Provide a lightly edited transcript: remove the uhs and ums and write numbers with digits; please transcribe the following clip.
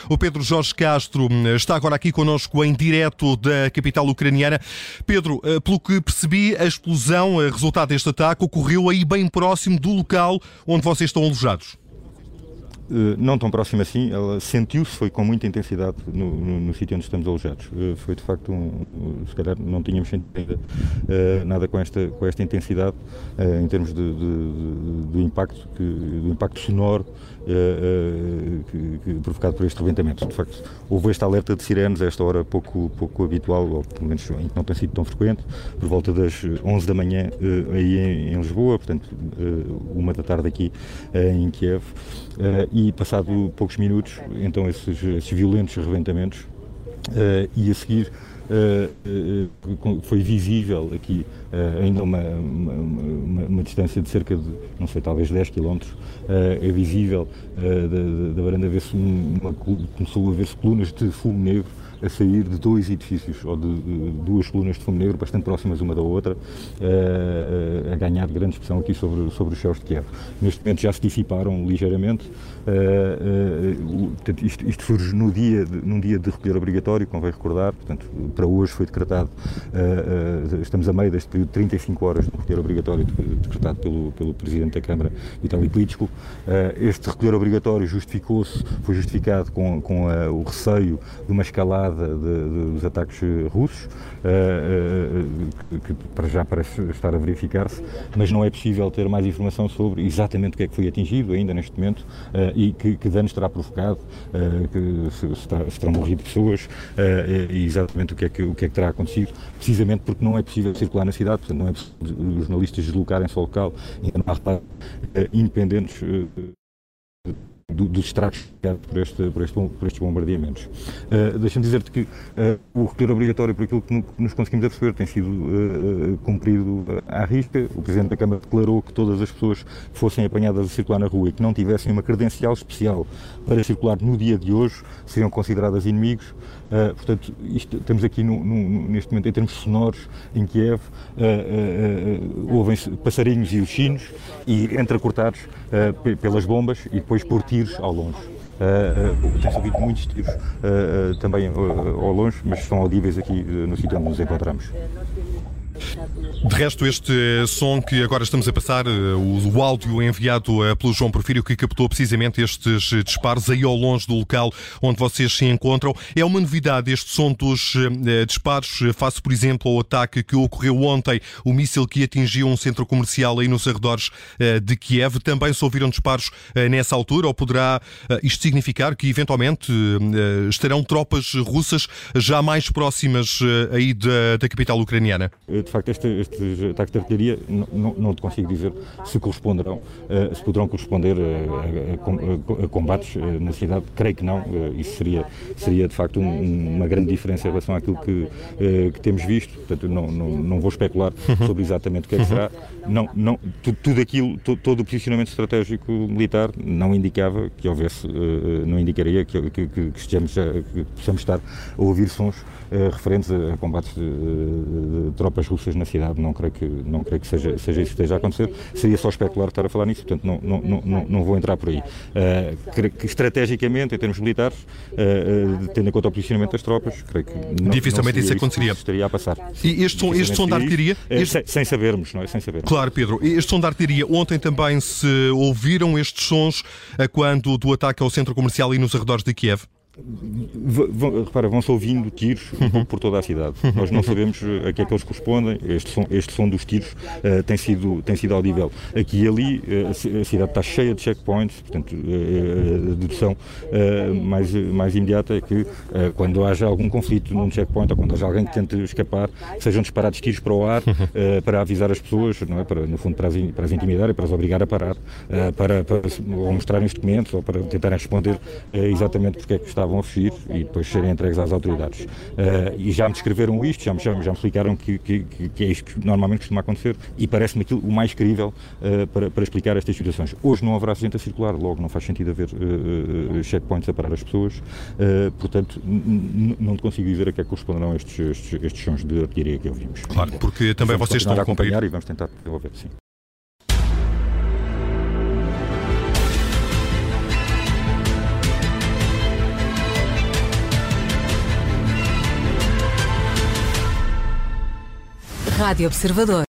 O Pedro Jorge Castro está agora aqui connosco em direto da capital ucraniana. Pedro, pelo que percebi, a explosão, resultado deste ataque, ocorreu aí bem próximo do local onde vocês estão alojados. Não tão próximo assim, ela sentiu-se, foi com muita intensidade no sítio onde estamos alojados. Foi de facto, se calhar não tínhamos sentido ainda nada com esta intensidade, em termos do impacto sonoro provocado por este rebentamento. De facto, houve este alerta de sirenes a esta hora pouco habitual, ou pelo menos em que não tem sido tão frequente, por volta das 11 da manhã aí em Lisboa, portanto 1 da tarde aqui em Kiev. E passado poucos minutos, então esses violentos rebentamentos, e a seguir foi visível aqui ainda uma distância de cerca de, não sei, talvez 10 km, é visível da varanda começou a ver-se colunas de fumo negro a sair de dois edifícios, ou de duas colunas de fumo negro bastante próximas uma da outra, a ganhar grande expressão aqui sobre os céus de Kiev. Neste momento já se dissiparam ligeiramente. Isto surge num dia de recolher obrigatório, convém recordar. Portanto, para hoje foi decretado, estamos a meio deste período de 35 horas de recolher obrigatório decretado pelo Presidente da Câmara, Vitaly Klitschko. Este recolher obrigatório foi justificado com o receio de uma escalada dos ataques russos, que para já parece estar a verificar-se, mas não é possível ter mais informação sobre exatamente o que é que foi atingido ainda neste momento, e que danos terá provocado, se terão morrido pessoas, e exatamente o que é que terá acontecido, precisamente porque não é possível circular na cidade, portanto não é possível os jornalistas deslocarem-se ao local, ainda não há reparos independentes dos estragos por estes bombardeamentos. Deixa-me dizer-te que o recolher obrigatório, por aquilo que nos conseguimos aperceber, tem sido cumprido à risca. O Presidente da Câmara declarou que todas as pessoas que fossem apanhadas a circular na rua e que não tivessem uma credencial especial para circular no dia de hoje seriam consideradas inimigos. Portanto, estamos aqui neste momento em termos sonoros em Kiev, ouvem-se passarinhos e ursinhos e entrecortados pelas bombas e depois por tiros ao longe. Tem-se ouvido muitos tiros também ao longe, mas são audíveis aqui no sítio onde nos encontramos. De resto, este som que agora estamos a passar, o áudio enviado pelo João Porfírio, que captou precisamente estes disparos aí ao longe do local onde vocês se encontram, é uma novidade este som dos disparos face, por exemplo, ao ataque que ocorreu ontem, o míssil que atingiu um centro comercial aí nos arredores de Kiev. Também se ouviram disparos nessa altura, ou poderá isto significar que eventualmente estarão tropas russas já mais próximas aí da capital ucraniana? De facto, estes ataques de artilharia não te consigo dizer se corresponderão, se poderão corresponder a combates na cidade. Creio que não. Isso seria de facto uma grande diferença em relação àquilo que temos visto. Portanto, não vou especular sobre exatamente o que é que será. Todo o posicionamento estratégico militar não indicava que houvesse, não indicaria que possamos estar a ouvir sons referentes a combates de tropas russas na cidade. Não creio que seja isso que esteja a acontecer. Seria só especular estar a falar nisso, portanto não vou entrar por aí. Creio que estrategicamente, em termos militares, tendo em conta o posicionamento das tropas, creio que dificilmente isso aconteceria. Estaria a passar. E este som da artilharia? Sem sabermos, não é? Sem sabermos. Claro, Pedro. Este som da artilharia, ontem também se ouviram estes sons quando do ataque ao centro comercial e nos arredores de Kiev? Repara, vão-se ouvindo tiros por toda a cidade. Nós não sabemos a que é que eles correspondem. Este som dos tiros tem sido audível aqui e ali. A cidade está cheia de checkpoints, portanto, a dedução mais imediata é que quando haja algum conflito num checkpoint, ou quando haja alguém que tente escapar, sejam disparados tiros para o ar para avisar as pessoas, não é? No fundo, para as intimidar e para as obrigar a parar, para ou mostrarem os documentos ou para tentarem responder exatamente porque é que estavam a fugir e depois serem entregues às autoridades. E já me descreveram isto, já me explicaram que é isto que normalmente costuma acontecer e parece-me aquilo o mais crível para explicar estas situações. Hoje não haverá gente a circular, logo não faz sentido haver checkpoints a parar as pessoas, portanto não te consigo dizer a que é que corresponderão estes sons de artilharia que ouvimos. Claro, porque também vocês estão a acompanhar e vamos tentar desenvolver, sim. Rádio Observador.